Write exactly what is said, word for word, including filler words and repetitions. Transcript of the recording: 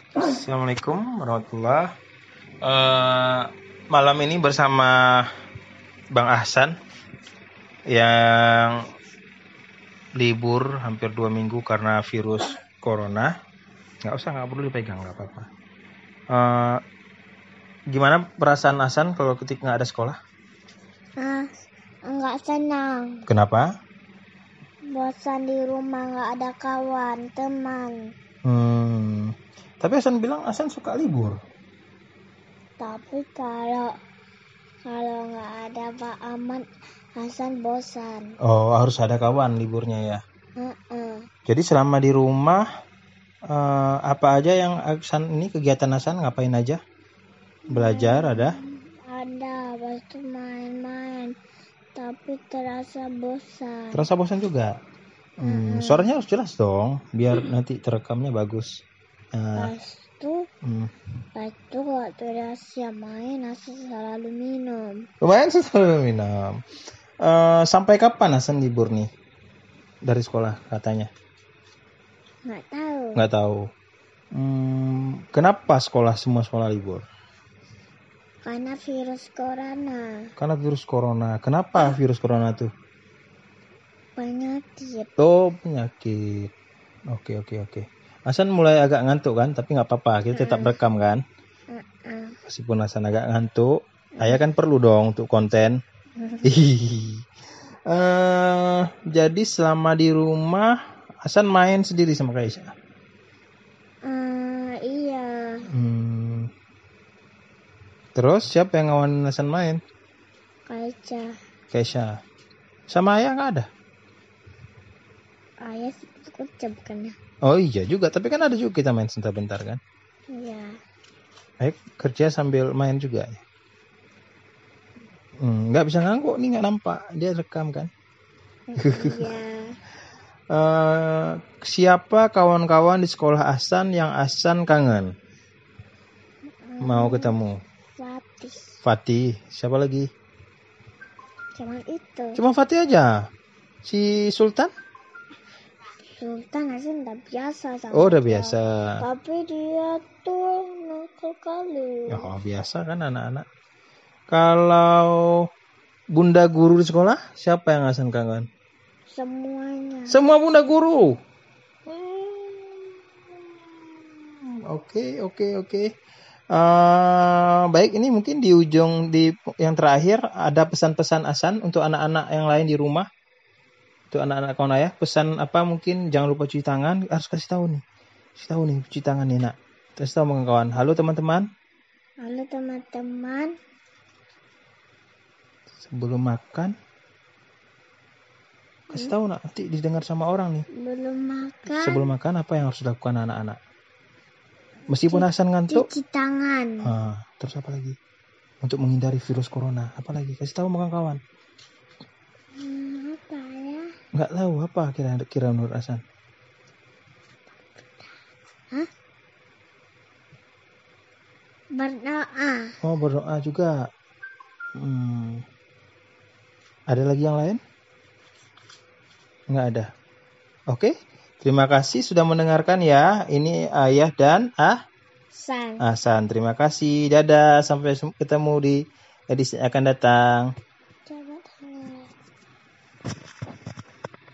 Assalamualaikum warahmatullahi wabarakatuh. Malam ini bersama Bang Ahsan yang libur hampir dua minggu karena virus corona. Nggak usah, nggak perlu dipegang, nggak apa-apa. Uh, gimana perasaan Ahsan kalau ketika nggak ada sekolah? Ah, nggak senang. Kenapa? Bosan di rumah, nggak ada kawan, teman. Hmm. Tapi Ahsan bilang Ahsan suka libur. Tapi kalau kalau nggak ada Pak Ahmad, Hasan bosan. Oh, harus ada kawan liburnya ya. Uh-uh. Jadi selama di rumah uh, apa aja yang Ahsan ini kegiatan Ahsan ngapain aja? Belajar hmm, ada? Ada, habis itu main-main. Tapi terasa bosan. Terasa bosan juga. Hmm, uh-uh. Suaranya harus jelas dong, biar nanti terekamnya bagus. Uh, Pas itu, hmm. pas itu waktu Rasya main, Hasan selalu minum. Lumayan selalu minum. Uh, sampai kapan Hasan libur nih dari sekolah katanya? Nggak tahu. Nggak tahu. Hmm, kenapa sekolah semua sekolah libur? Karena virus corona. Karena virus corona. Kenapa virus corona tuh? Penyakit. Oh, penyakit. Oke, oke, oke. Hasan mulai agak ngantuk kan, tapi nggak apa-apa, kita tetap rekam kan. Uh-uh. Meskipun Hasan agak ngantuk, uh. Ayah kan perlu dong untuk konten. uh, jadi selama di rumah, Hasan main sendiri sama Kaisha. Uh, iya. Hmm. Terus siapa yang ngawanin Hasan main? Kaisha. Kaisha. Sama ayah nggak ada? Ayah kerja bukannya? Oh iya juga, tapi kan ada juga kita main sebentar-bentar kan? Iya. Ayah kerja sambil main juga ya? Hmm, nggak bisa ngangguk nih, nggak nampak, dia rekam kan? Iya. uh, siapa kawan-kawan di sekolah Ahsan yang Ahsan kangen? Hmm. Mau ketemu? Fatih. Fatih. Siapa lagi? Cuma itu. Cuma Fatih aja. Si Sultan? Sultan Hasan udah biasa sama Oh, udah dia. biasa. Tapi dia tuh nakal kali. Oh, biasa kan anak-anak. Kalau bunda guru di sekolah, siapa yang Ahsan kangen? Semuanya. Semua bunda guru. Oke, oke, oke. Uh, baik, ini mungkin di ujung di yang terakhir ada pesan-pesan Ahsan untuk anak-anak yang lain di rumah, untuk anak-anak kawan ayah. Pesan apa? Mungkin jangan lupa cuci tangan. Harus kasih tahu nih, kasih tahu nih cuci tangan nih nak. Terus tahu kawan. Halo teman-teman. Halo teman-teman. Sebelum makan, kasih tahu nak, nanti didengar sama orang nih. Belum makan. Sebelum makan apa yang harus dilakukan anak-anak? Meskipun Ahsan ngantuk, cuci tangan. Ah, terus apa lagi? Untuk menghindari virus corona, apa lagi? Kasih tahu kawan-kawan. Hmm, apa ya? Nggak tahu apa kira-kira menurut Ahsan. Hah? Berdoa. Oh, berdoa juga. Hmm. Ada lagi yang lain? Nggak ada. Oke. Terima kasih sudah mendengarkan ya. Ini Ayah dan Ahsan. Ahsan. Terima kasih. Dadah. Sampai ketemu di edisi akan datang.